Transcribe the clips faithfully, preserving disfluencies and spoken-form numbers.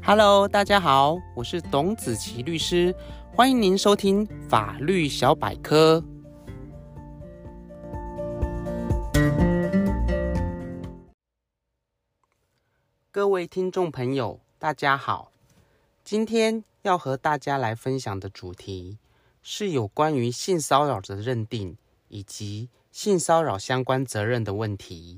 Hello， 大家好，我是董子琪律师，欢迎您收听法律小百科。各位听众朋友，大家好，今天要和大家来分享的主题是有关于性骚扰的认定以及性骚扰相关责任的问题。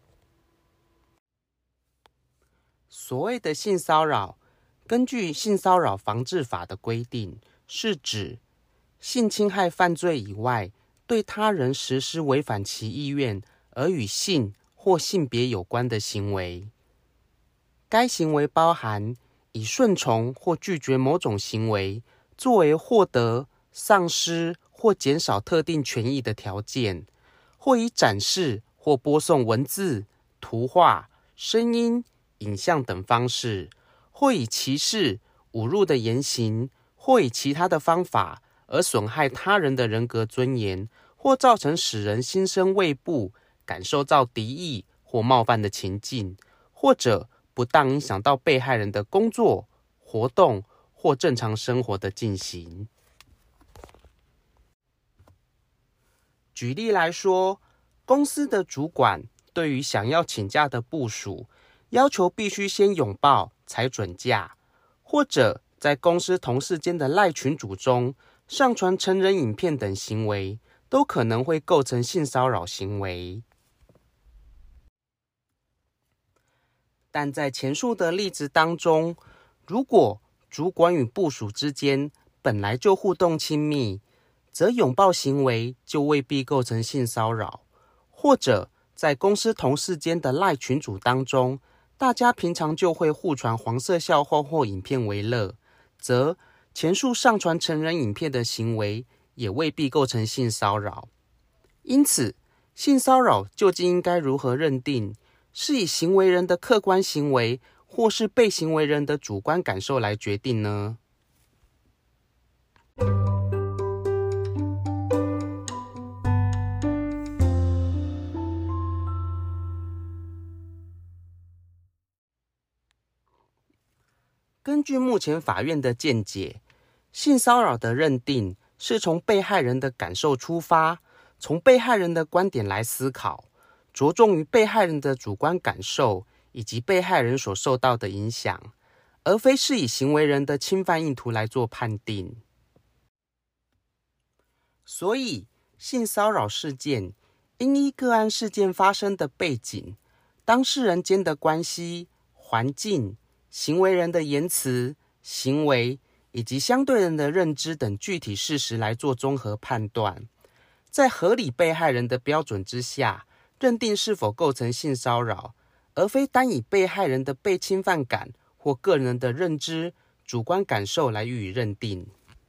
所谓的性骚扰，根据性骚扰防治法的规定，是指性侵害犯罪以外，对他人实施违反其意愿而与性或性别有关的行为。该行为包含以顺从或拒绝某种行为作为获得、丧失或减少特定权益的条件，或以展示或播送文字、图画、声音、影像等方式，或以歧视、侮辱的言行，或以其他的方法而损害他人的人格尊严，或造成使人心生畏怖、感受到敌意或冒犯的情境，或者不当影响到被害人的工作、活动或正常生活的进行。举例来说，公司的主管对于想要请假的部属，要求必须先拥抱才准假，或者在公司同事间的赖群组中上传成人影片等行为，都可能会构成性骚扰行为。但在前述的例子当中，如果主管与部属之间本来就互动亲密，则拥抱行为就未必构成性骚扰，或者在公司同事间的赖群组当中，大家平常就会互传黄色笑话或影片为乐，则前述上传成人影片的行为也未必构成性骚扰。因此，性骚扰究竟应该如何认定？是以行为人的客观行为，或是被行为人的主观感受来决定呢？根据目前法院的见解，性骚扰的认定是从被害人的感受出发，从被害人的观点来思考，着重于被害人的主观感受以及被害人所受到的影响，而非是以行为人的侵犯意图来做判定。所以，性骚扰事件应依个案事件发生的背景、当事人间的关系、环境、行为人的言辞、行为以及相对人的认知等具体事实来做综合判断，在合理被害人的标准之下，认定是否构成性骚扰，而非单以被害人的被侵犯感或个人的认知、主观感受来予以认定。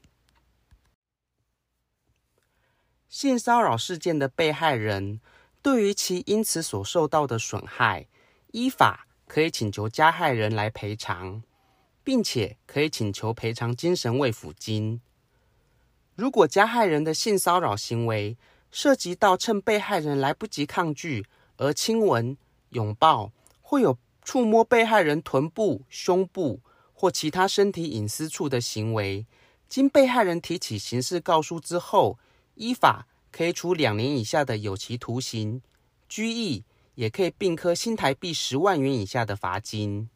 性骚扰事件的被害人对于其因此所受到的损害，依法可以请求加害人来赔偿，并且可以请求赔偿精神慰抚金。如果加害人的性骚扰行为涉及到趁被害人来不及抗拒而亲吻、拥抱，或有触摸被害人臀部、胸部或其他身体隐私处的行为，经被害人提起刑事告诉之后，依法可以处两年以下的有期徒刑、拘役，也可以并科新台币十万元以下的罚金。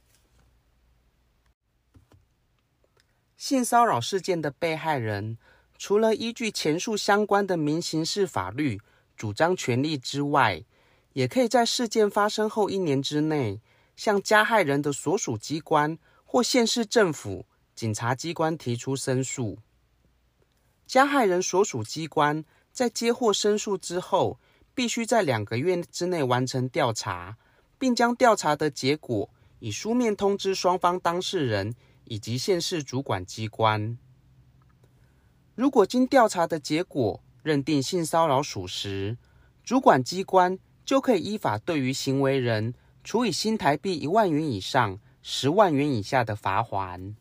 性骚扰事件的被害人，除了依据前述相关的民刑事法律主张权利之外，也可以在事件发生后一年之内，向加害人的所属机关或县市政府、警察机关提出申诉。加害人所属机关在接获申诉之后，必须在两个月之内完成调查，并将调查的结果以书面通知双方当事人以及县市主管机关。如果经调查的结果认定性骚扰属实，主管机关就可以依法对于行为人处以新台币一万元以上十万元以下的罚锾。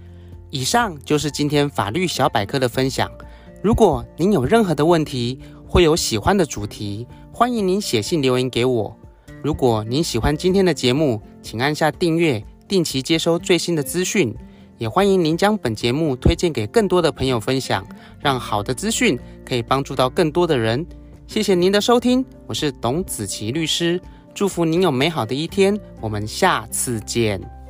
以上就是今天法律小百科的分享。如果您有任何的问题， 会有喜欢的主题，欢迎您写信留言给我。如果您喜欢今天的节目，请按下订阅，定期接收最新的资讯。也欢迎您将本节目推荐给更多的朋友分享，让好的资讯可以帮助到更多的人。谢谢您的收听，我是董子琪律师，祝福您有美好的一天，我们下次见。